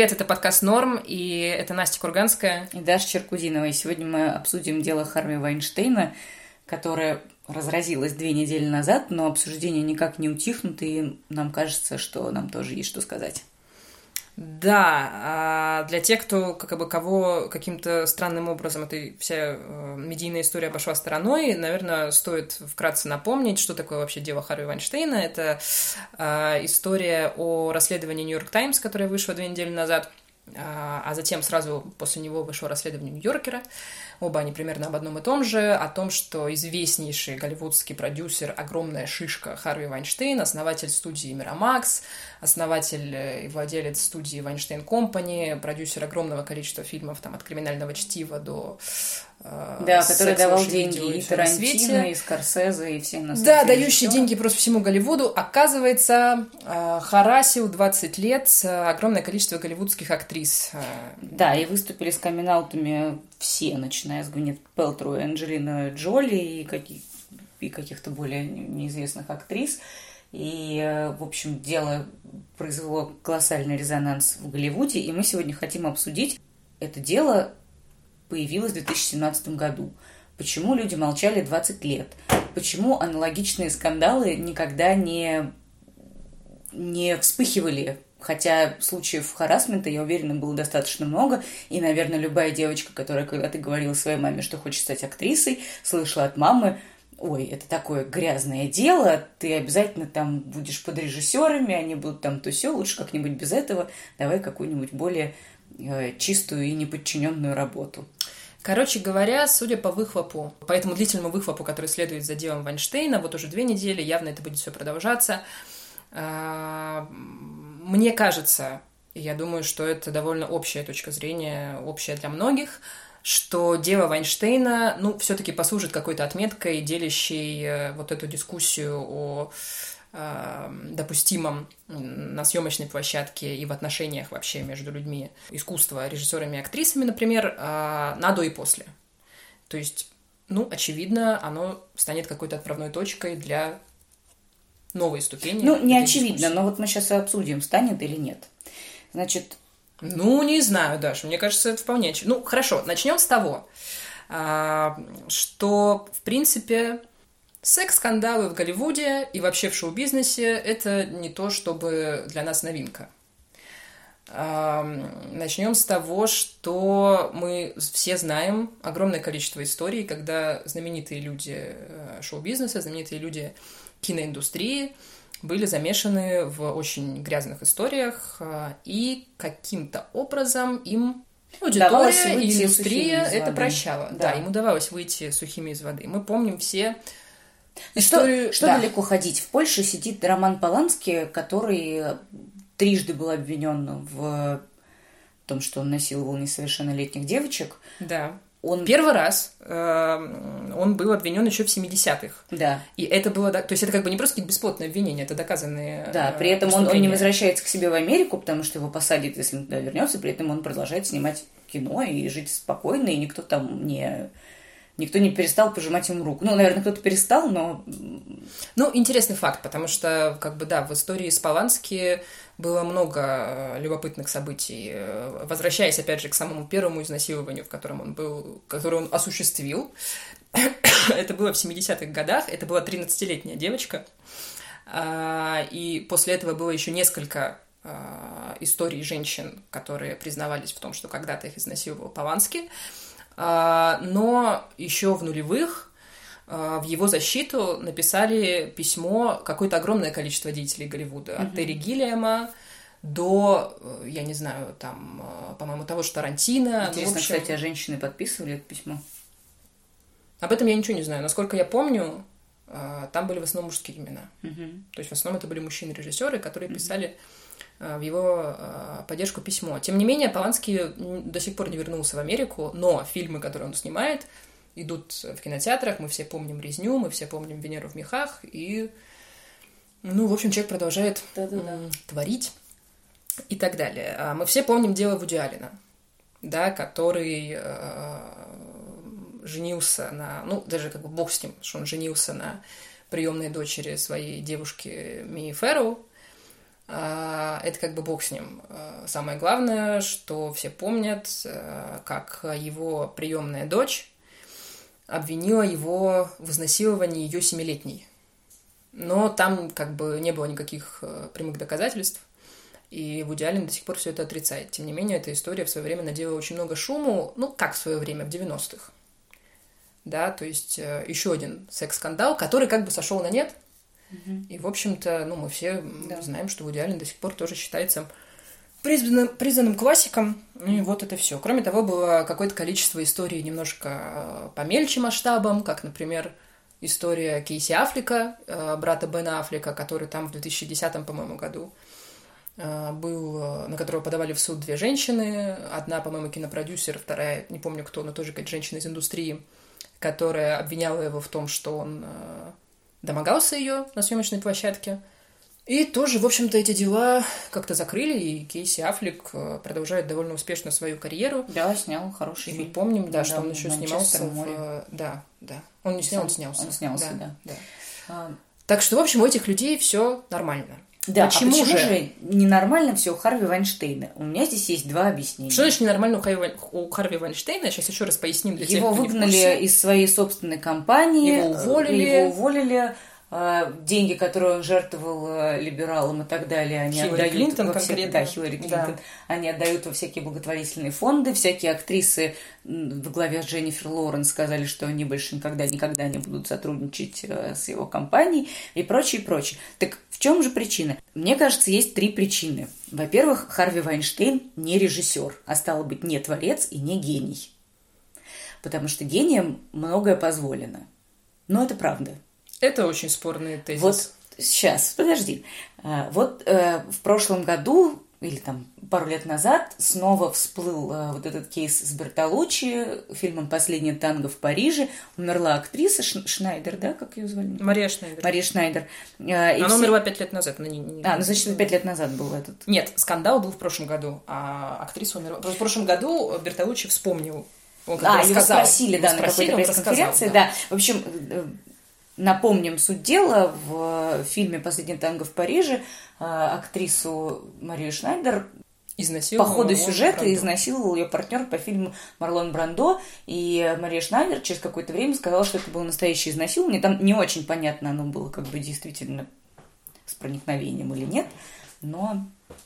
Привет, это подкаст «Норм», и это Настя Курганская. И Даша Черкудинова. И сегодня мы обсудим дело Харви Вайнштейна, которое разразилось 2 недели назад, но обсуждения никак не утихнут, и нам кажется, что нам тоже есть что сказать. Да, для тех, кого каким-то странным образом эта вся медийная история обошла стороной, наверное, стоит вкратце напомнить, что такое вообще дело Харви Вайнштейна. Это история о расследовании «Нью-Йорк Таймс», которое вышло 2 недели назад, а затем сразу после него вышло расследование «Нью-Йоркера». Оба они примерно об одном и том же, о том, что известнейший голливудский продюсер, огромная шишка Харви Вайнштейн, основатель студии Miramax, основатель и владелец студии Вайнштейн Компани, продюсер огромного количества фильмов, там, от «Криминального чтива» до который давал деньги и Тарантино, и Скорсезе, и всем на свете. Да, дающий деньги просто всему Голливуду, оказывается, харасил 20 лет огромное количество голливудских актрис. Да, и выступили с камин-аутами все, начиная с Гвинет Пэлтроу и Анджелины Джоли, и каких-то более неизвестных актрис. И, в общем, дело произвело колоссальный резонанс в Голливуде, и мы сегодня хотим обсудить это дело. Появилось в 2017 году. Почему люди молчали 20 лет? Почему аналогичные скандалы никогда не вспыхивали? Хотя случаев харассмента, я уверена, было достаточно много. И, наверное, любая девочка, которая когда-то говорила своей маме, что хочет стать актрисой, слышала от мамы: ой, это такое грязное дело, ты обязательно там будешь под режиссерами, они будут там то сё, лучше как-нибудь без этого, давай какую-нибудь более чистую и неподчиненную работу. Короче говоря, судя по выхлопу, по этому длительному выхлопу, который следует за делом Вайнштейна, вот уже 2 недели, явно это будет все продолжаться, мне кажется, и я думаю, что это довольно общая точка зрения, общая для многих, что дело Вайнштейна, все-таки послужит какой-то отметкой, делящей вот эту дискуссию о допустимом на съемочной площадке и в отношениях вообще между людьми искусства, режиссерами и актрисами, например, на до и после. То есть, очевидно, оно станет какой-то отправной точкой для новой ступени. Не очевидно, дискуссии. Но вот мы сейчас и обсудим, станет или нет. Значит... не знаю, Даша, мне кажется, это вполне очевидно. Хорошо, начнем с того, что, в принципе... Секс-скандалы в Голливуде и вообще в шоу-бизнесе – это не то, чтобы для нас новинка. Начнем с того, что мы все знаем огромное количество историй, когда знаменитые люди шоу-бизнеса, знаменитые люди киноиндустрии были замешаны в очень грязных историях, и каким-то образом им аудитория и индустрия это прощала. Да, им удавалось выйти сухими из воды. Мы помним все... Что далеко ходить? В Польше сидит Роман Поланский, который 3 был обвинен в том, что он насиловал несовершеннолетних девочек. Да. Первый раз он был обвинен еще в 70-х. Да. И это было... То есть это как бы не просто какие-то бесплотные обвинения, это доказанные... Да, при этом он не возвращается к себе в Америку, потому что его посадят, если он туда вернется, при этом он продолжает снимать кино и жить спокойно, и никто не перестал пожимать ему руку. Наверное, кто-то перестал, но... интересный факт, потому что, в истории с Полански было много любопытных событий. Возвращаясь, опять же, к самому первому изнасилованию, которое он осуществил. Это было в 70-х годах, это была 13-летняя девочка. И после этого было еще несколько историй женщин, которые признавались в том, что когда-то их изнасиловал Полански. Но еще в нулевых в его защиту написали письмо какое-то огромное количество деятелей Голливуда. От Терри Гиллиама до, я не знаю, там, по-моему, того же Тарантино. Интересно, кстати, а женщины подписывали это письмо? Об этом я ничего не знаю. Насколько я помню, там были в основном мужские имена. То есть в основном это были мужчины-режиссеры, которые писали в его поддержку письмо. Тем не менее, Поланский до сих пор не вернулся в Америку, но фильмы, которые он снимает, идут в кинотеатрах, мы все помним «Резню», мы все помним «Венеру в мехах», и, в общем, человек продолжает творить и так далее. Мы все помним дело Вуди Аллена, да, который женился на... даже бог с ним, что он женился на приемной дочери своей девушки Мии Фэрроу, это как бы бог с ним. Самое главное, что все помнят, как его приемная дочь обвинила его в изнасиловании ее 7-летней. Но там как бы не было никаких прямых доказательств, и Вуди Аллен до сих пор все это отрицает. Тем не менее, эта история в свое время наделала очень много шуму, ну, как в свое время, в 90-х. Да, то есть еще один секс-скандал, который как бы сошел на нет. И, в общем-то, ну, мы все знаем, что Вуди Аллен до сих пор тоже считается признанным классиком. И вот это все. Кроме того, было какое-то количество историй немножко помельче масштабом, как, например, история Кейси Аффлека, брата Бена Аффлека, который там в 2010, по-моему, году был, на которого подавали в суд 2 женщины. Одна, по-моему, кинопродюсер, вторая, не помню кто, но тоже какая-то женщина из индустрии, которая обвиняла его в том, что он домогался ее на съемочной площадке. И тоже, в общем-то, эти дела как-то закрыли, и Кейси Аффлек продолжает довольно успешно свою карьеру. Да, снял хороший фильм. И мы помним, да, что он еще снимался в... Да. Он не снял, он снялся. Он снялся, да. Так что, в общем, у этих людей все нормально. Да, почему же ненормально все у Харви Вайнштейна? У меня здесь есть 2 объяснения. Что значит ненормально у Харви Вайнштейна? Сейчас еще раз поясним для тех, кто не в курсе. Его выгнали из своей собственной компании. Его уволили. Деньги, которые он жертвовал либералам и так далее, они отдают Клинтон, Хиллари Клинтон, они отдают во всякие благотворительные фонды. Всякие актрисы во главе с Дженнифер Лоуренс сказали, что они больше никогда не будут сотрудничать с его компанией и прочее, прочее. Так в чем же причина? Мне кажется, есть 3 причины. Во-первых, Харви Вайнштейн не режиссер, а стало быть, не творец и не гений. Потому что гениям многое позволено. Но это правда. Это очень спорный тезис. Вот сейчас, подожди. Вот в прошлом году, или там пару лет назад, снова всплыл вот этот кейс с Бертолуччи, фильмом «Последнее танго в Париже». Умерла актриса Шнайдер, да, как ее звали? Мария Шнайдер. Мария Шнайдер. Она умерла 5 лет назад. Значит, 5 лет назад был этот. Нет, скандал был в прошлом году, а актриса умерла. В прошлом году Бертолуччи вспомнил. Он его спросили, на какой-то пресс-конференции. Да. В общем... Напомним суть дела. В фильме «Последнее танго в Париже» актрису Марию Шнайдер по ходу сюжета изнасиловал ее партнер по фильму Марлон Брандо. И Мария Шнайдер через какое-то время сказала, что это было настоящее изнасилование. Там не очень понятно, оно было как бы действительно с проникновением или нет. Но,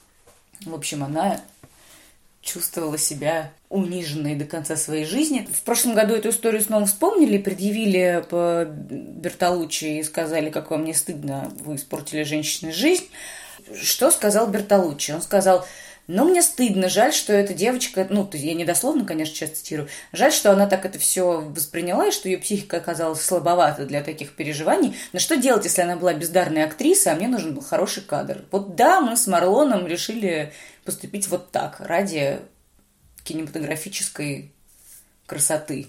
в общем, она чувствовала себя униженной до конца своей жизни. В прошлом году эту историю снова вспомнили, предъявили по Бертолуччи и сказали, как вам не стыдно, вы испортили женщине жизнь. Что сказал Бертолуччи? Он сказал, мне стыдно, жаль, что эта девочка, я недословно, конечно, сейчас цитирую, жаль, что она так это все восприняла, и что ее психика оказалась слабовата для таких переживаний. Но что делать, если она была бездарной актрисой, а мне нужен был хороший кадр? Вот да, мы с Марлоном решили поступить вот так, ради кинематографической красоты.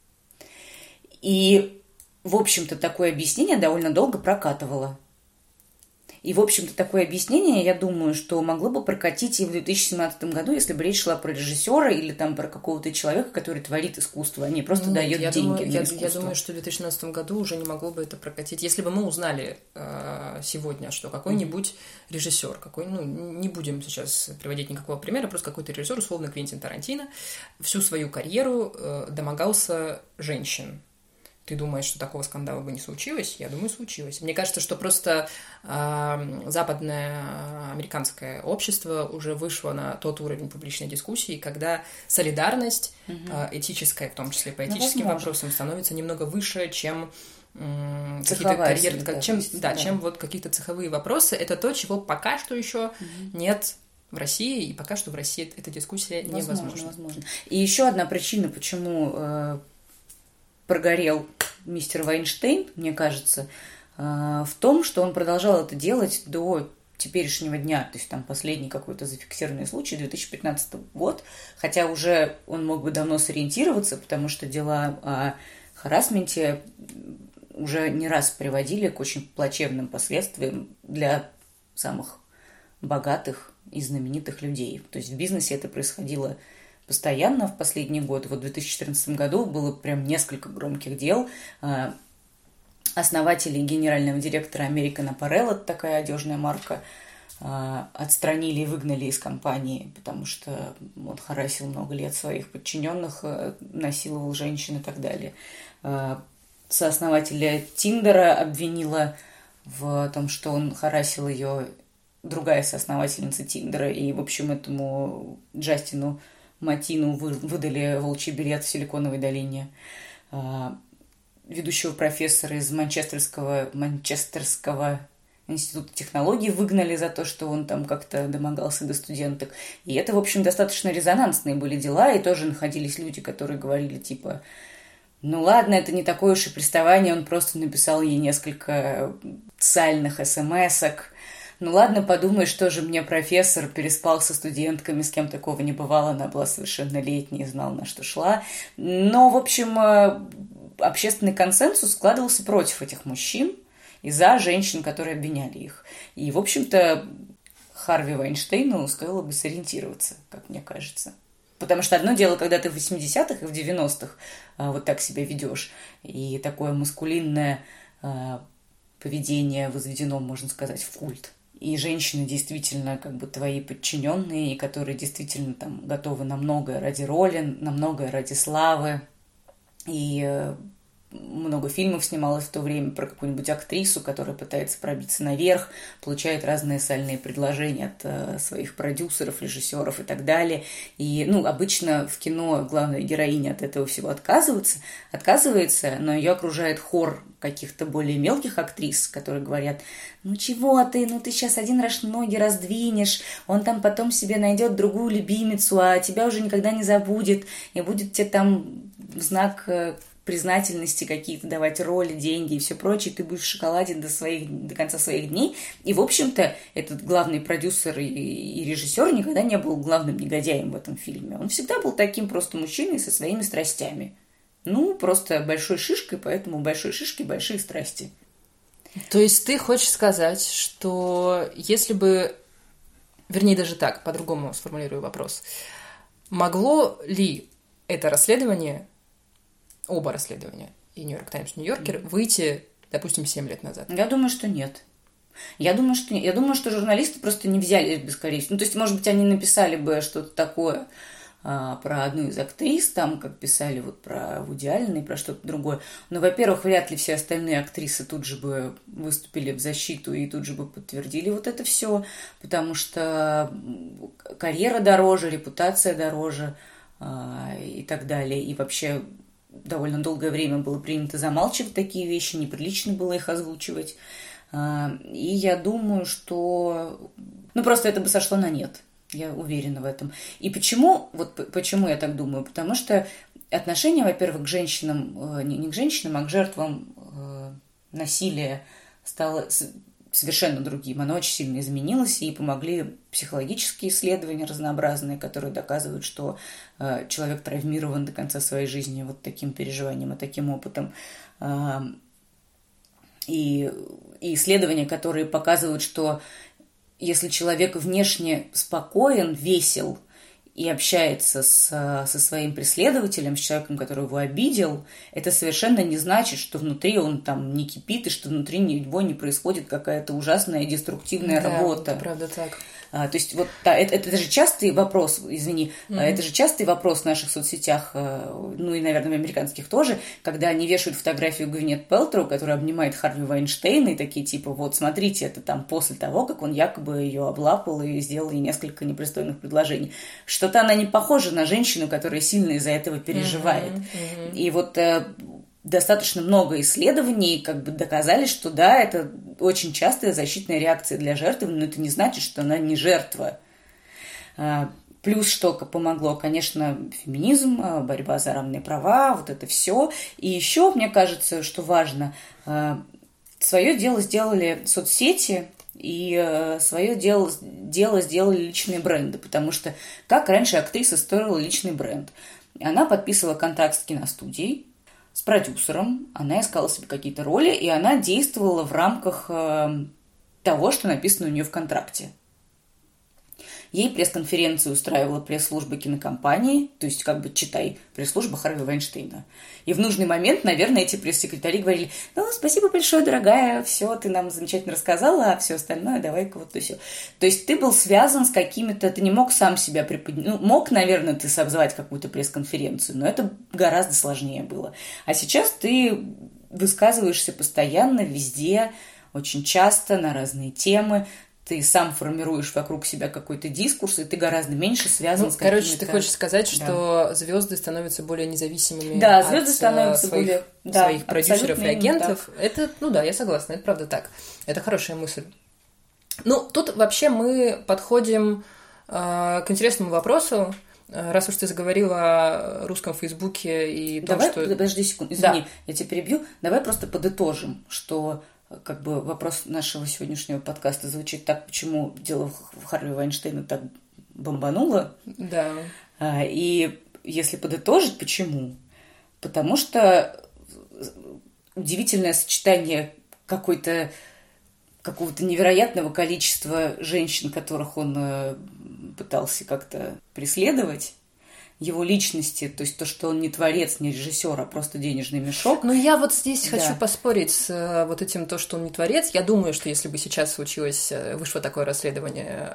И, в общем-то, такое объяснение довольно долго прокатывало. И, в общем-то, такое объяснение, я думаю, что могло бы прокатить и в 2017 году, если бы речь шла про режиссера или там про какого-то человека, который творит искусство, а не просто дает деньги на искусство. Я думаю, что в 2017 году уже не могло бы это прокатить. Если бы мы узнали сегодня, что какой-нибудь режиссер, не будем сейчас приводить никакого примера, просто какой-то режиссер, условно Квентин Тарантино, всю свою карьеру домогался женщин. Ты думаешь, что такого скандала бы не случилось? Я думаю, случилось. Мне кажется, что просто западное американское общество уже вышло на тот уровень публичной дискуссии, когда солидарность этическая, в том числе по этическим вопросам, становится немного выше, чем какие-то карьеры, чем вот какие-то цеховые вопросы. Это то, чего пока что еще нет в России, и пока что в России эта дискуссия невозможна. Возможно. И еще одна причина, почему прогорел мистер Вайнштейн, мне кажется, в том, что он продолжал это делать до теперешнего дня, то есть там последний какой-то зафиксированный случай, 2015 год, хотя уже он мог бы давно сориентироваться, потому что дела о харассменте уже не раз приводили к очень плачевным последствиям для самых богатых и знаменитых людей. То есть в бизнесе это происходило постоянно в последний год. Вот в 2014 году было прям несколько громких дел. Основатель и генерального директора American Apparel, это такая одежная марка, отстранили и выгнали из компании, потому что он харассил много лет своих подчиненных, насиловал женщин и так далее. Сооснователя Тиндера обвинила в том, что он харассил ее другая соосновательница Тиндера, и, в общем, этому Джастину Матину выдали волчий билет в Силиконовой долине. Ведущего профессора из Манчестерского института технологий выгнали за то, что он там как-то домогался до студенток. И это, в общем, достаточно резонансные были дела, и тоже находились люди, которые говорили, типа, ну ладно, это не такое уж и приставание, он просто написал ей несколько сальных смс-ок. Ну ладно, подумаешь, что же мне профессор переспал со студентками, с кем такого не бывало, она была совершеннолетняя и знала, на что шла. Но, в общем, общественный консенсус складывался против этих мужчин и за женщин, которые обвиняли их. И, в общем-то, Харви Вайнштейну стоило бы сориентироваться, как мне кажется. Потому что одно дело, когда ты в 80-х и в 90-х вот так себя ведешь, и такое маскулинное поведение возведено, можно сказать, в культ. И женщины действительно как бы твои подчиненные, и которые действительно там готовы на многое ради роли, на многое ради славы. И много фильмов снималось в то время про какую-нибудь актрису, которая пытается пробиться наверх, получает разные сальные предложения от своих продюсеров, режиссеров и так далее. И, обычно в кино главная героиня от этого всего отказывается, но ее окружает хор каких-то более мелких актрис, которые говорят: ну чего ты, ты сейчас один раз ноги раздвинешь, он там потом себе найдет другую любимицу, а тебя уже никогда не забудет, и будет тебе там в знак признательности какие-то давать роли, деньги и все прочее, ты будешь в шоколаде до конца своих дней. И, в общем-то, этот главный продюсер и режиссер никогда не был главным негодяем в этом фильме. Он всегда был таким просто мужчиной со своими страстями. Просто большой шишкой, поэтому большой шишки, большие страсти. То есть ты хочешь сказать, что если бы... Вернее, даже так, по-другому сформулирую вопрос. Могло ли это расследование, оба расследования, и «Нью-Йорк Таймс», «Нью-Йоркер», выйти, допустим, 7 лет назад? Я думаю, что нет. Я думаю, что журналисты просто не взяли бескорыстно. То есть, может быть, они написали бы что-то такое про одну из актрис, там, как писали вот про Вуди Аллена и про что-то другое. Но, во-первых, вряд ли все остальные актрисы тут же бы выступили в защиту и тут же бы подтвердили вот это все, потому что карьера дороже, репутация дороже и так далее. И вообще довольно долгое время было принято замалчивать такие вещи, неприлично было их озвучивать. И я думаю, что... просто это бы сошло на нет. Я уверена в этом. И почему я так думаю? Потому что отношение, во-первых, к женщинам, не к женщинам, а к жертвам насилия стало совершенно другим. Оно очень сильно изменилось, и помогли психологические исследования разнообразные, которые доказывают, что человек травмирован до конца своей жизни вот таким переживанием и таким опытом. И исследования, которые показывают, что если человек внешне спокоен, весел и общается со своим преследователем, с человеком, который его обидел, это совершенно не значит, что внутри он там не кипит и что внутри него не происходит какая-то ужасная деструктивная работа. Это правда так. То есть это же частый вопрос, это же частый вопрос в наших соцсетях, и, наверное, в американских тоже, когда они вешают фотографию Гвинет Пэлтроу, которая обнимает Харви Вайнштейна, и такие типа, вот, смотрите, это там после того, как он якобы ее облапал и сделал ей несколько непристойных предложений. Что-то она не похожа на женщину, которая сильно из-за этого переживает. И вот... достаточно много исследований доказали, что да, это очень частая защитная реакция для жертвы, но это не значит, что она не жертва. Плюс, что помогло, конечно, феминизм, борьба за равные права, вот это все. И еще, мне кажется, что важно, свое дело сделали соцсети, и свое дело сделали личные бренды, потому что как раньше актриса строила личный бренд? Она подписывала контракт с киностудией, с продюсером, она искала себе какие-то роли, и она действовала в рамках того, что написано у нее в контракте. ей пресс-конференцию устраивала пресс-служба кинокомпании, то есть как бы читай, пресс-служба Харви Вайнштейна. И в нужный момент, наверное, эти пресс-секретари говорили: ну, спасибо большое, дорогая, все, ты нам замечательно рассказала, а все остальное давай-ка вот и все. То есть ты был связан с какими-то, ты не мог сам себя преподнести, ну, мог, наверное, ты созвать какую-то пресс-конференцию, но это гораздо сложнее было. А сейчас ты высказываешься постоянно, везде, очень часто, на разные темы, ты сам формируешь вокруг себя какой-то дискурс, и ты гораздо меньше связан с какими-то... Короче, ты хочешь сказать, что звезды становятся более независимыми звезды становятся своих продюсеров и агентов. Это, я согласна, это правда так. Это хорошая мысль. Тут вообще мы подходим к интересному вопросу. Раз уж ты заговорила о русском Фейсбуке и том, давай, что... подожди секунду, извини, я тебя перебью. Давай просто подытожим, что как бы вопрос нашего сегодняшнего подкаста звучит так: почему дело в Харви Вайнштейна так бомбануло? Да. И если подытожить, почему? Потому что удивительное сочетание какого-то невероятного количества женщин, которых он пытался как-то преследовать, его личности, то есть то, что он не творец, не режиссер, а просто денежный мешок. Я вот здесь хочу поспорить с вот этим, то, что он не творец. Я думаю, что если бы сейчас вышло такое расследование,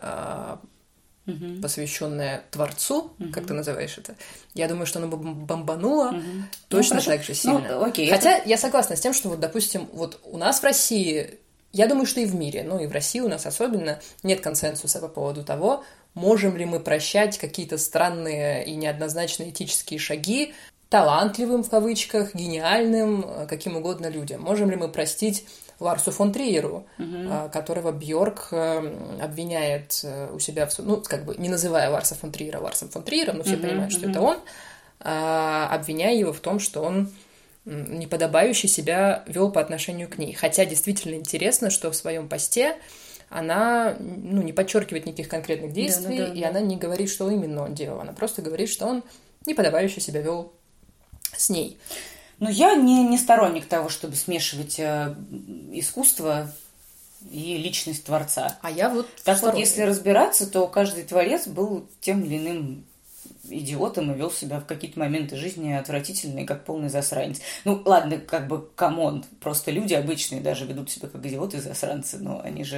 посвященное творцу, как ты называешь это, я думаю, что оно бы бомбануло точно так же сильно. Хотя я согласна с тем, что допустим, у нас в России, я думаю, что и в мире, и в России у нас особенно, нет консенсуса по поводу того, можем ли мы прощать какие-то странные и неоднозначные этические шаги талантливым, в кавычках, гениальным, каким угодно людям. Можем ли мы простить Ларсу фон Триеру, которого Бьорк обвиняет у себя в не называя Ларса фон Триера Ларсом фон Триером, но все понимают, что это он, обвиняя его в том, что он неподобающе себя вел по отношению к ней. Хотя действительно интересно, что в своем посте она не подчеркивает никаких конкретных действий, и она не говорит, что именно он делал. Она просто говорит, что он неподобающе себя вел с ней. Я не сторонник того, чтобы смешивать искусство и личность творца. А я так вот, если разбираться, то каждый творец был тем или иным идиотом и вел себя в какие-то моменты жизни отвратительные, как полный засранец. Ладно, камон, просто люди обычные даже ведут себя как идиоты и засранцы, но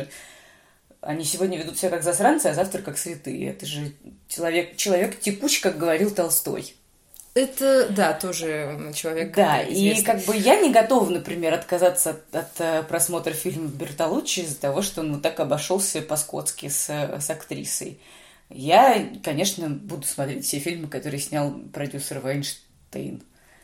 они сегодня ведут себя как засранцы, а завтра как святые. Это же человек текуч, как говорил Толстой. Это, тоже человек известный. И я не готова, например, отказаться от просмотра фильма Бертолуччи из-за того, что он так обошелся по-скотски с актрисой. Я, конечно, буду смотреть все фильмы, которые снял продюсер Вайнштейн.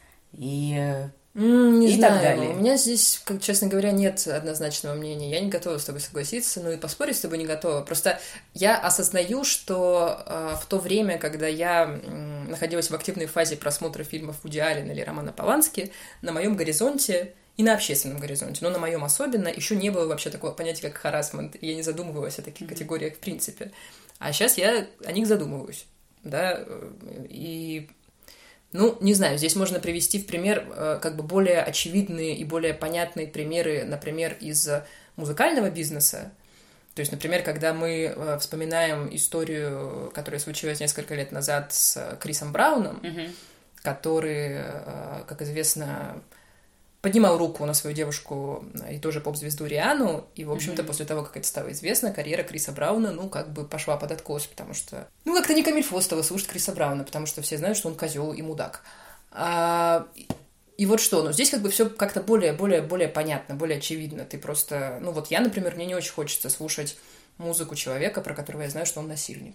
Не знаю. Так далее. У меня здесь, честно говоря, нет однозначного мнения. Я не готова с тобой согласиться, и поспорить с тобой не готова. Просто я осознаю, что в то время, когда я находилась в активной фазе просмотра фильмов Вуди Аллена или Романа Полански, на моем горизонте и на общественном горизонте, но на моем особенно, еще не было вообще такого понятия, как харассмент. Я не задумывалась о таких категориях в принципе. А сейчас я о них задумываюсь, и... не знаю, здесь можно привести в пример более очевидные и более понятные примеры, например, из музыкального бизнеса. То есть, например, когда мы вспоминаем историю, которая случилась несколько лет назад с Крисом Брауном, который, как известно, поднимал руку на свою девушку и тоже поп-звезду Риану, и, в общем-то, после того, как это стало известно, карьера Криса Брауна, пошла под откос, потому что... как-то не камильфостово слушать Криса Брауна, потому что все знают, что он козел и мудак. И вот что, здесь все как-то более понятно, более очевидно. Ты просто... я, например, мне не очень хочется слушать музыку человека, про которого я знаю, что он насильник.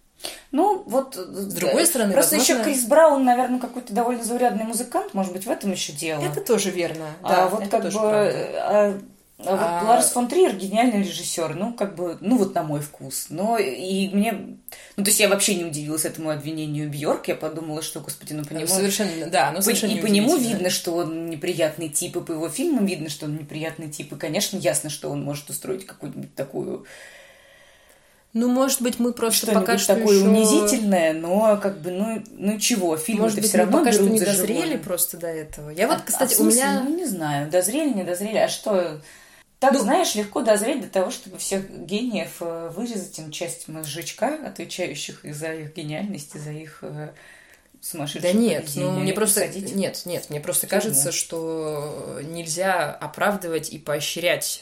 С другой стороны, просто еще Крис Браун, наверное, какой-то довольно заурядный музыкант, может быть, в этом еще дело. Это тоже верно. Да, это тоже правда. Ларс фон Триер гениальный режиссер, на мой вкус. То есть я вообще не удивилась этому обвинению Бьорк, я подумала, что, господи, по нему... совершенно и по нему видно, что он неприятный тип, и по его фильмам видно, что он неприятный тип, и, конечно, ясно, что он может устроить какую-нибудь такую... может быть, мы просто пока что такое еще... унизительное, но чего, фильмы-то все равно пока что не дозрели просто до этого. Я кстати, у меня... не знаю, дозрели, не дозрели, а что... Так, знаешь, легко дозреть до того, чтобы всех гениев вырезать им часть мозжечка, отвечающих за их гениальность и за их сумасшедшее поведение. Мне просто... посадить. Нет, мне просто кажется, что нельзя оправдывать и поощрять...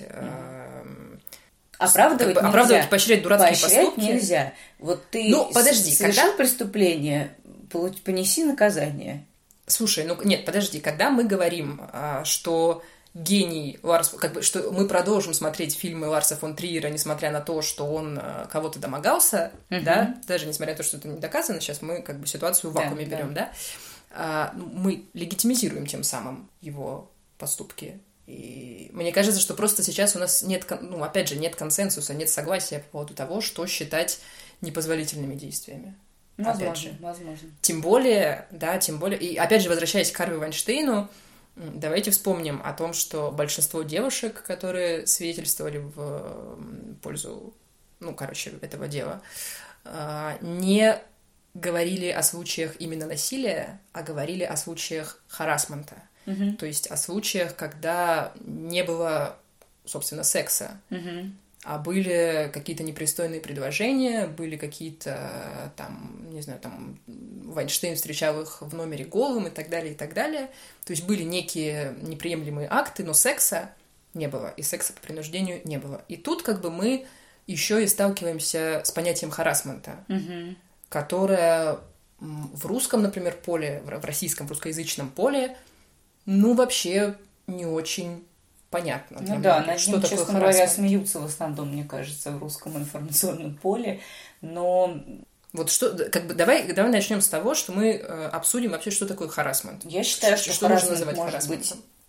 Оправдывать нельзя. Оправдывать и поощрять дурацкие поступки. Нельзя. Вот ты совершил преступление, понеси наказание. Слушай, подожди, когда мы говорим, что гений Ларс, что мы продолжим смотреть фильмы Ларса фон Триера, несмотря на то, что он кого-то домогался, да, даже несмотря на то, что это не доказано, сейчас мы ситуацию в вакууме берем, да, мы легитимизируем тем самым его поступки. И мне кажется, что просто сейчас у нас нет, опять же, нет консенсуса, нет согласия по поводу того, что считать непозволительными действиями. Возможно. Тем более, и опять же, возвращаясь к Харви Вайнштейну, давайте вспомним о том, что большинство девушек, которые свидетельствовали в пользу, этого дела, не говорили о случаях именно насилия, а говорили о случаях харассмента. То есть о случаях, когда не было, собственно, секса, а были какие-то непристойные предложения, были какие-то, Вайнштейн встречал их в номере голым и так далее, и так далее. То есть были некие неприемлемые акты, но секса не было, и секса по принуждению не было. И тут мы еще и сталкиваемся с понятием харассмента, которое в русском, например, поле, в российском, русскоязычном поле, вообще не очень понятно. Над ним, честно говоря, смеются в основном, мне кажется, в русском информационном поле, но... Вот что, давай начнем с того, что мы обсудим вообще, что такое харассмент. Я считаю, что харассмент может быть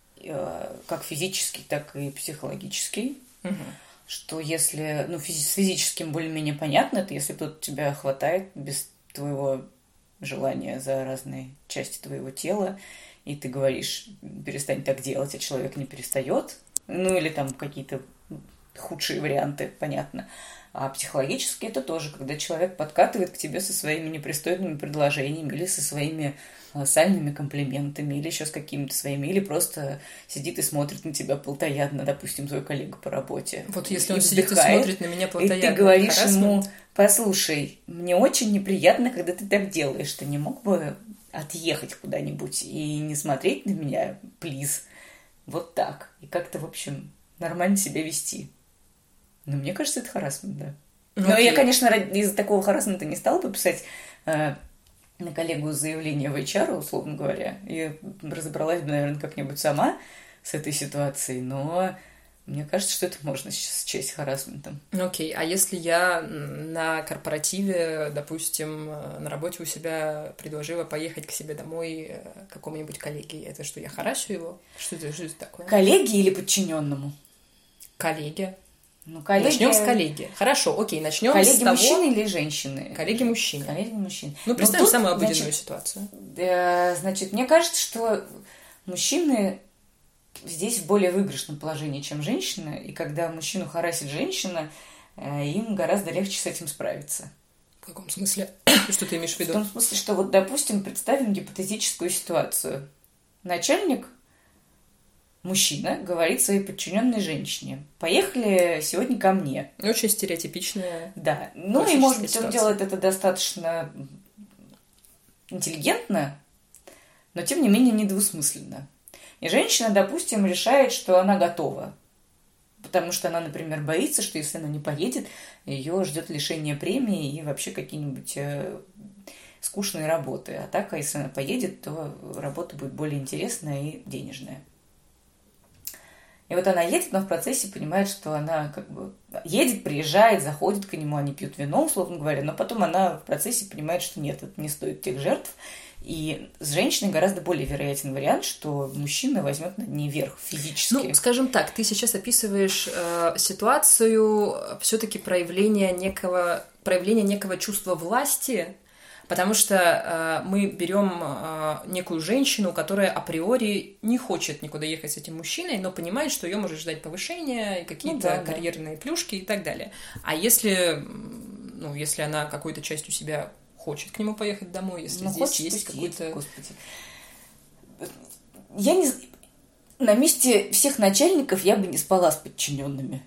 как физический, так и психологический. Что если, с физическим более-менее понятно, это если кто-то тебя хватает без твоего желания за разные части твоего тела, и ты говоришь, перестань так делать, а человек не перестает. Или там какие-то худшие варианты, понятно. А психологически это тоже, когда человек подкатывает к тебе со своими непристойными предложениями или со своими сальными комплиментами, или еще с какими-то своими, или просто сидит и смотрит на тебя плотоядно, допустим, твой коллега по работе. Вот если он сидит и смотрит на меня плотоядно. И ты говоришь ему, послушай, мне очень неприятно, когда ты так делаешь, ты не мог бы отъехать куда-нибудь и не смотреть на меня, плиз, вот так. И как-то, в общем, нормально себя вести. Но мне кажется, это харассмент, да. Но я, конечно, из-за такого харассмента не стала бы писать на коллегу заявление в HR, условно говоря, и разобралась бы, наверное, как-нибудь сама с этой ситуацией, но... Мне кажется, что это можно сейчас счесть харассментом. Окей, а если я на корпоративе, допустим, на работе у себя предложила поехать к себе домой к какому-нибудь коллеге, это что, я харасю его? Что это такое? Коллеге или подчиненному? Коллеге. Коллеги... Начнем с коллеги. Хорошо, окей, начнем коллеги с того... мужчины или женщины? Коллеги мужчины. Коллеги мужчины. Представим самую обыденную ситуацию. Значит, мне кажется, что мужчины здесь в более выигрышном положении, чем женщина, и когда мужчину харасит женщина, им гораздо легче с этим справиться. В каком смысле? Что ты имеешь в виду? В том смысле, что допустим, представим гипотетическую ситуацию. Начальник, мужчина, говорит своей подчиненной женщине: поехали сегодня ко мне. Очень стереотипичная. Да. И, может быть, он делает это достаточно интеллигентно, но, тем не менее, недвусмысленно. И женщина, допустим, решает, что она готова. Потому что она, например, боится, что если она не поедет, ее ждет лишение премии и вообще какие-нибудь скучные работы. А так, если она поедет, то работа будет более интересная и денежная. И вот она едет, но в процессе понимает, что она едет, приезжает, заходит к нему, они пьют вино, условно говоря, но потом она в процессе понимает, что нет, это не стоит тех жертв. И с женщиной гораздо более вероятен вариант, что мужчина возьмет над ней верх физически. Скажем так, ты сейчас описываешь ситуацию все-таки проявления некого чувства власти, потому что мы берем некую женщину, которая априори не хочет никуда ехать с этим мужчиной, но понимает, что ее может ждать повышение, какие-то карьерные плюшки и так далее. А если она какой-то частью себя хочет к нему поехать домой, если здесь есть какой-то... Господи. На месте всех начальников я бы не спала с подчиненными.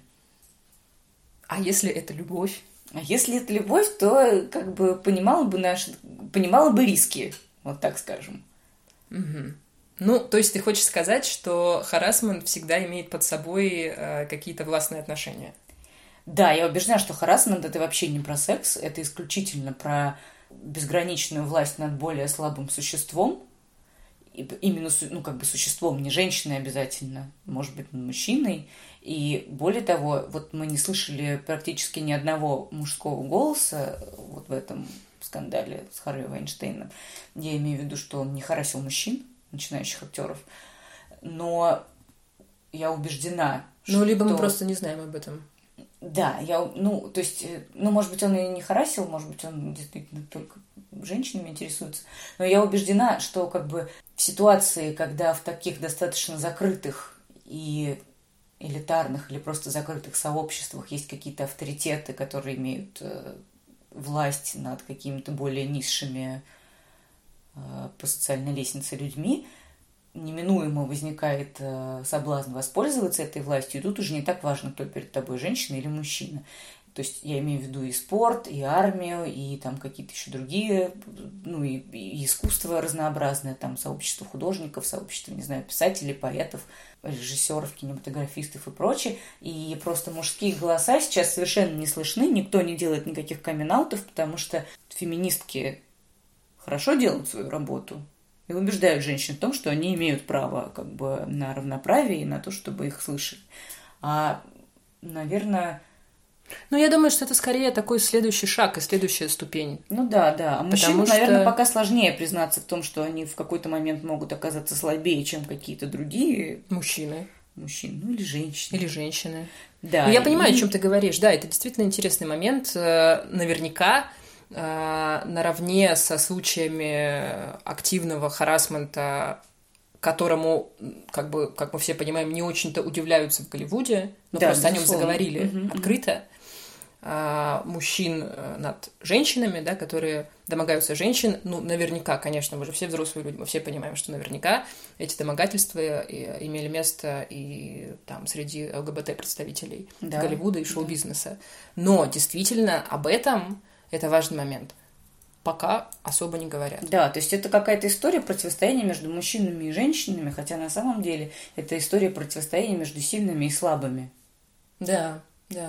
А если это любовь? А если это любовь, то как бы понимала бы риски, вот так скажем. Угу. Ну, то есть ты хочешь сказать, что харассмент всегда имеет под собой какие-то властные отношения? Да, я убеждена, что харассмент — это вообще не про секс, это исключительно про безграничную власть над более слабым существом. Именно, ну, как бы существом, не женщиной обязательно, может быть, мужчиной. И более того, вот мы не слышали практически ни одного мужского голоса вот в этом скандале с Харви Вайнштейном. Я имею в виду, что он не харассил мужчин, начинающих актеров, но я убеждена, что... либо мы просто не знаем об этом. Да, то есть, может быть, он и не харассил, может быть, он действительно только женщинами интересуется, но я убеждена, что как бы в ситуации, когда в таких достаточно закрытых и элитарных или просто закрытых сообществах есть какие-то авторитеты, которые имеют власть над какими-то более низшими по социальной лестнице людьми, неминуемо возникает соблазн воспользоваться этой властью, и тут уже не так важно, кто перед тобой, женщина или мужчина. То есть я имею в виду и спорт, и армию, и там какие-то еще другие, ну и искусство разнообразное, там сообщество художников, сообщество, не знаю, писателей, поэтов, режиссеров, кинематографистов и прочее. И просто мужские голоса сейчас совершенно не слышны, никто не делает никаких камин-аутов, потому что феминистки хорошо делают свою работу и убеждают женщин в том, что они имеют право как бы на равноправие и на то, чтобы их слышали. А, наверное... Ну, я думаю, что это скорее такой следующий шаг и следующая ступень. Ну да. А мужчинам, наверное, пока сложнее признаться в том, что они в какой-то момент могут оказаться слабее, чем какие-то другие... Мужчины, ну или женщины. Да. Ну, я понимаю, о чем ты говоришь. Да, это действительно интересный момент. Наверняка наравне со случаями активного харассмента, которому, как мы все понимаем, не очень-то удивляются в Голливуде, но просто безусловно. О нем заговорили открыто, мужчин над женщинами, да, которые домогаются женщин, ну, наверняка, конечно, мы же все взрослые люди, мы все понимаем, что наверняка эти домогательства имели место и там среди ЛГБТ-представителей Голливуда и шоу-бизнеса. Но действительно об этом это важный момент. Пока особо не говорят. Да, то есть это какая-то история противостояния между мужчинами и женщинами, хотя на самом деле это история противостояния между сильными и слабыми. Да.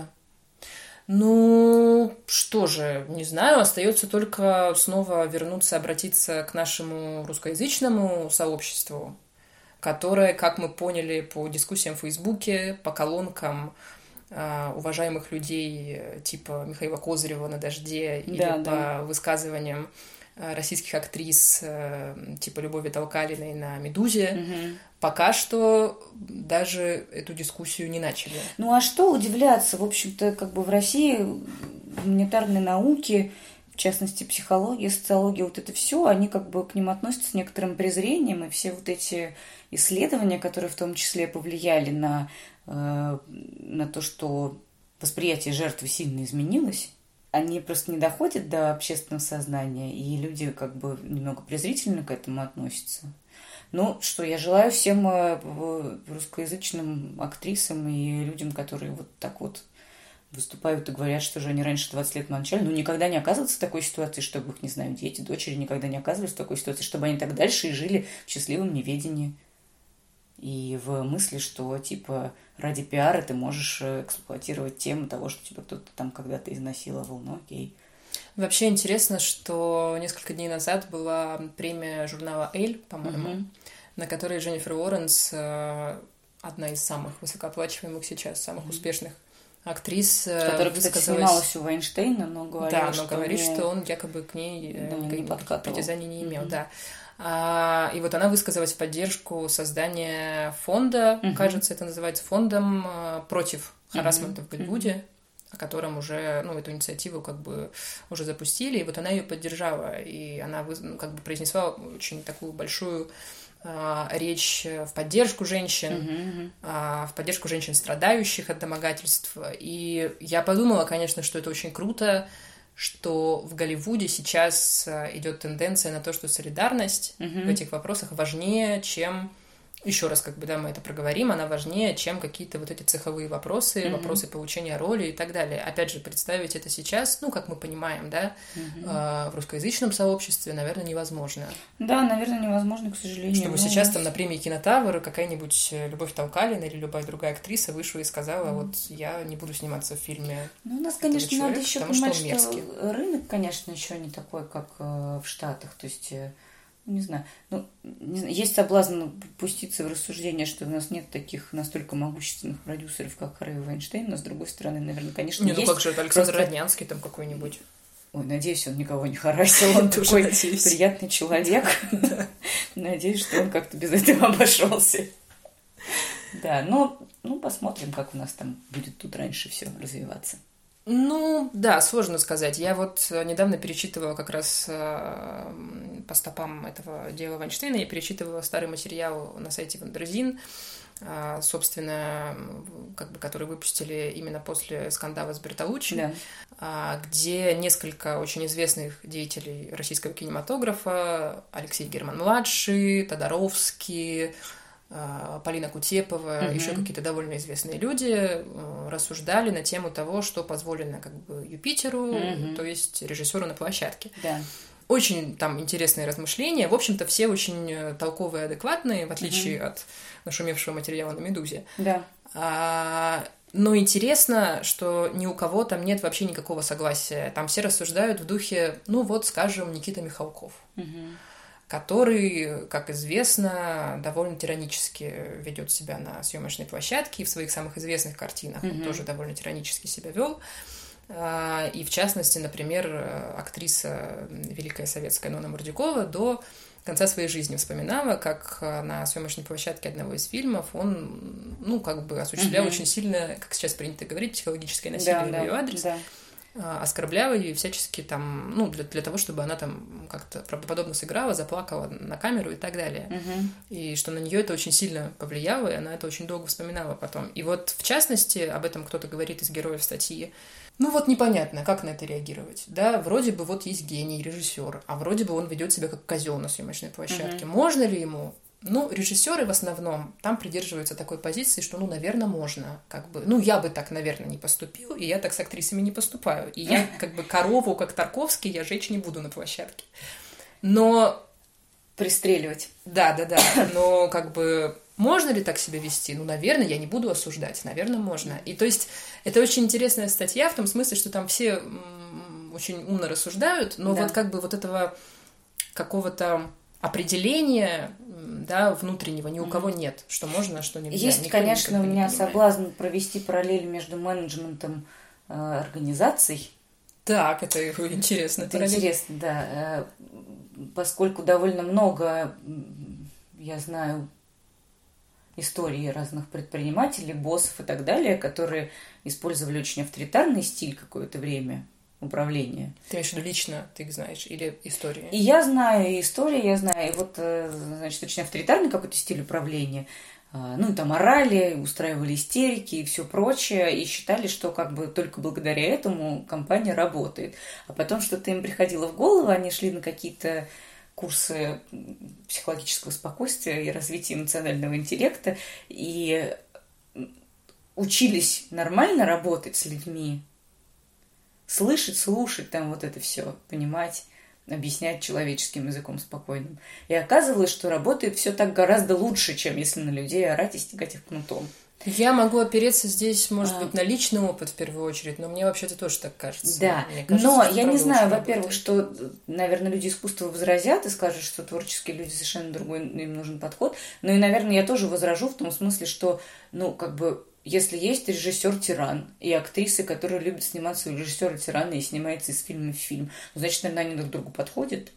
Ну, что же, не знаю, остается только снова вернуться, обратиться к нашему русскоязычному сообществу, которое, как мы поняли по дискуссиям в Фейсбуке, по колонкам уважаемых людей типа Михаила Козырева на «Дожде» или по высказываниям российских актрис типа Любови Толкалиной на «Медузе», пока что даже эту дискуссию не начали. Ну а что удивляться? В общем-то, как бы в России гуманитарные науки, в частности психология, социология, вот это все, они как бы к ним относятся с некоторым презрением, и все вот эти исследования, которые в том числе повлияли на то, что восприятие жертвы сильно изменилось, они просто не доходят до общественного сознания, и люди как бы немного презрительно к этому относятся. Ну, что я желаю всем русскоязычным актрисам и людям, которые вот так вот выступают и говорят, что же они раньше 20 лет молчали, ну, никогда не оказываться в такой ситуации, чтобы их, не знаю, дети, дочери никогда не оказывались в такой ситуации, чтобы они так дальше и жили в счастливом неведении. И в мысли, что, типа, ради пиара ты можешь эксплуатировать тему того, что тебя кто-то там когда-то изнасиловал. Ну, окей. Вообще интересно, что несколько дней назад была премия журнала «Эль», по-моему, на которой Дженнифер Лоуренс, одна из самых высокооплачиваемых сейчас, самых успешных актрис, которая, кстати, снималась у Вайнштейна, но говорила, что он якобы к ней никаких притязаний не имел, И вот она высказалась в поддержку создания фонда, кажется, это называется фондом против харассмента в Голливуде, о котором уже, эту инициативу как бы уже запустили, и вот она ее поддержала, и она как бы произнесла очень такую большую речь в поддержку женщин, в поддержку женщин, страдающих от домогательств. И я подумала, конечно, что это очень круто, что в Голливуде сейчас идет тенденция на то, что солидарность в этих вопросах важнее, чем еще раз, как бы, да, мы это проговорим, она важнее, чем какие-то вот эти цеховые вопросы, вопросы получения роли и так далее. Опять же, представить это сейчас, ну, как мы понимаем, да, в русскоязычном сообществе, наверное, невозможно. Да, наверное, невозможно, к сожалению. Чтобы сейчас там на премии «Кинотавр» какая-нибудь Любовь Толкалина или любая другая актриса вышла и сказала, вот, я не буду сниматься в фильме. Ну, у нас, конечно, человека, надо еще понимать, что рынок, конечно, еще не такой, как в Штатах, то есть... Не знаю. Ну, есть соблазн пуститься в рассуждение, что у нас нет таких настолько могущественных продюсеров, как Харви Вайнштейн, но, с другой стороны, наверное, конечно, есть. Ну, как же, Александр Роднянский там какой-нибудь. Ой, надеюсь, он никого не харасил, он такой приятный человек. Надеюсь, что он как-то без этого обошелся. Да, но посмотрим, как у нас там будет тут раньше все развиваться. Ну, да, сложно сказать. Я вот недавно перечитывала как раз по стопам этого дела Вайнштейна, я перечитывала старый материал на сайте Вандерзин, собственно, как бы, который выпустили именно после скандала с Бертолуччи, где несколько очень известных деятелей российского кинематографа, Алексей Герман-младший, Тодоровский, Полина Кутепова, еще какие-то довольно известные люди рассуждали на тему того, что позволено как бы Юпитеру, то есть режиссеру на площадке. Да. Очень там интересные размышления. В общем-то, все очень толковые, адекватные, в отличие от нашумевшего материала на «Медузе». Да. Но интересно, что ни у кого там нет вообще никакого согласия. Там все рассуждают в духе, ну вот, скажем, Никита Михалков. Который, как известно, довольно тиранически ведет себя на съемочной площадке, и в своих самых известных картинах он тоже довольно тиранически себя вел. И, в частности, например, актриса великая советская Нонна Мордюкова до конца своей жизни вспоминала, как на съемочной площадке одного из фильмов он, ну, как бы осуществлял очень сильно, как сейчас принято говорить, психологическое насилие в ее адрес. Оскорбляла ее и всячески там, ну, для того, чтобы она там как-то правдоподобно сыграла, заплакала на камеру и так далее. И что на нее это очень сильно повлияло, и она это очень долго вспоминала потом. И вот, в частности, об этом кто-то говорит из героев статьи. Ну вот непонятно, как на это реагировать. Да, вроде бы вот есть гений, режиссер, а вроде бы он ведет себя как козел на съемочной площадке. Можно ли ему? Ну, режиссеры в основном там придерживаются такой позиции, что, ну, наверное, можно, как бы, ну, я бы так, наверное, не поступил, и я так с актрисами не поступаю, и я, как бы, корову, как Тарковский, я жечь не буду на площадке. Но... Пристреливать. Да, но, как бы, можно ли так себя вести? Ну, наверное, я не буду осуждать, наверное, можно. И, то есть, это очень интересная статья в том смысле, что там все очень умно рассуждают, но вот, как бы, вот этого какого-то определения, да, внутреннего ни у кого нет, что можно, а что нельзя. Есть, конечно, у меня соблазн провести параллель между менеджментом организаций. Так, это интересно. Это интересно, да. Поскольку довольно много, я знаю, историй разных предпринимателей, боссов и так далее, которые использовали очень авторитарный стиль какое-то время управления. Ты имеешь в виду лично, ты их знаешь, или истории? И я знаю, и истории я знаю, и вот, значит, очень авторитарный какой-то стиль управления. Ну, там орали, устраивали истерики и все прочее, и считали, что как бы только благодаря этому компания работает. А потом что-то им приходило в голову, они шли на какие-то курсы психологического спокойствия и развития эмоционального интеллекта и учились нормально работать с людьми, слышать, слушать, там вот это все, понимать, объяснять человеческим языком спокойным. И оказывалось, что работает все так гораздо лучше, чем если на людей орать и стегать их кнутом. Я могу опереться здесь, может быть, на личный опыт в первую очередь, но мне вообще-то тоже так кажется. Да, кажется, но я не знаю, во-первых, что, наверное, люди искусства возразят и скажут, что творческие люди совершенно другой, им нужен подход. Ну и, наверное, я тоже возражу в том смысле, что, ну, как бы, если есть режиссер-тиран и актрисы, которые любят сниматься у режиссера-тирана и снимается из фильма в фильм, ну, значит, наверное, они друг к другу подходят.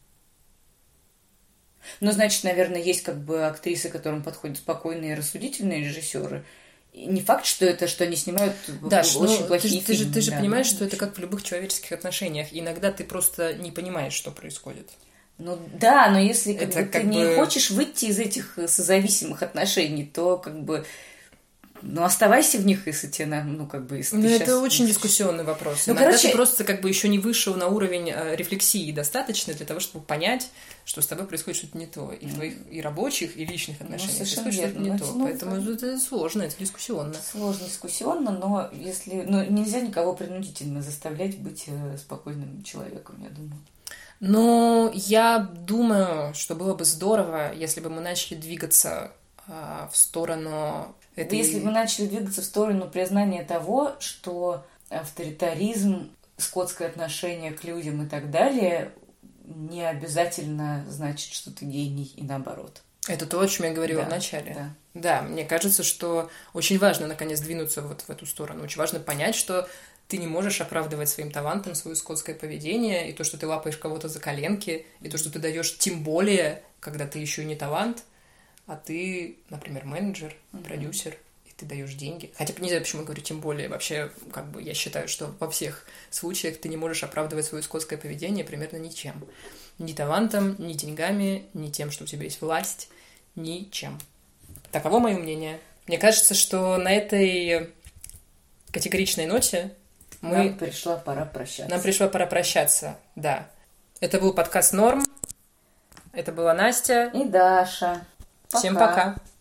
Ну, значит, наверное, есть как бы актрисы, которым подходят спокойные и рассудительные режиссеры. И не факт, что это, что они снимают очень плохие фильмы. Ты же понимаешь, что это как в любых человеческих отношениях. Иногда ты просто не понимаешь, что происходит. Ну да, но если ты не хочешь выйти из этих созависимых отношений, то как бы Ну, оставайся в них, если тебе, если Ну, ты это щас... очень дискуссионный вопрос. Ну, Иногда короче... ты просто как бы еще не вышел на уровень рефлексии достаточно для того, чтобы понять, что с тобой происходит что-то не то. И в твоих и рабочих, и личных отношениях происходит что-то не то. Поэтому это сложно, это дискуссионно. Сложно, дискуссионно, но нельзя никого принудительно заставлять быть спокойным человеком, я думаю. Но я думаю, что было бы здорово, если бы мы начали двигаться в сторону... Если бы мы начали двигаться в сторону признания того, что авторитаризм, скотское отношение к людям и так далее не обязательно значит, что ты гений и наоборот. Это то, о чем я говорила в начале. Да, мне кажется, что очень важно наконец двинуться вот в эту сторону. Очень важно понять, что ты не можешь оправдывать своим талантом свое скотское поведение, и то, что ты лапаешь кого-то за коленки, и то, что ты даешь тем более, когда ты еще не талант, а ты, например, менеджер, продюсер, и ты даешь деньги. Хотя не знаю, почему я говорю тем более. Вообще, как бы я считаю, что во всех случаях ты не можешь оправдывать свое скотское поведение примерно ничем. Ни талантом, ни деньгами, ни тем, что у тебя есть власть, ничем. Таково мое мнение. Мне кажется, что на этой категоричной ноте Нам пришла пора прощаться. Да. Это был подкаст «Норм». Это была Настя. И Даша. Всем пока.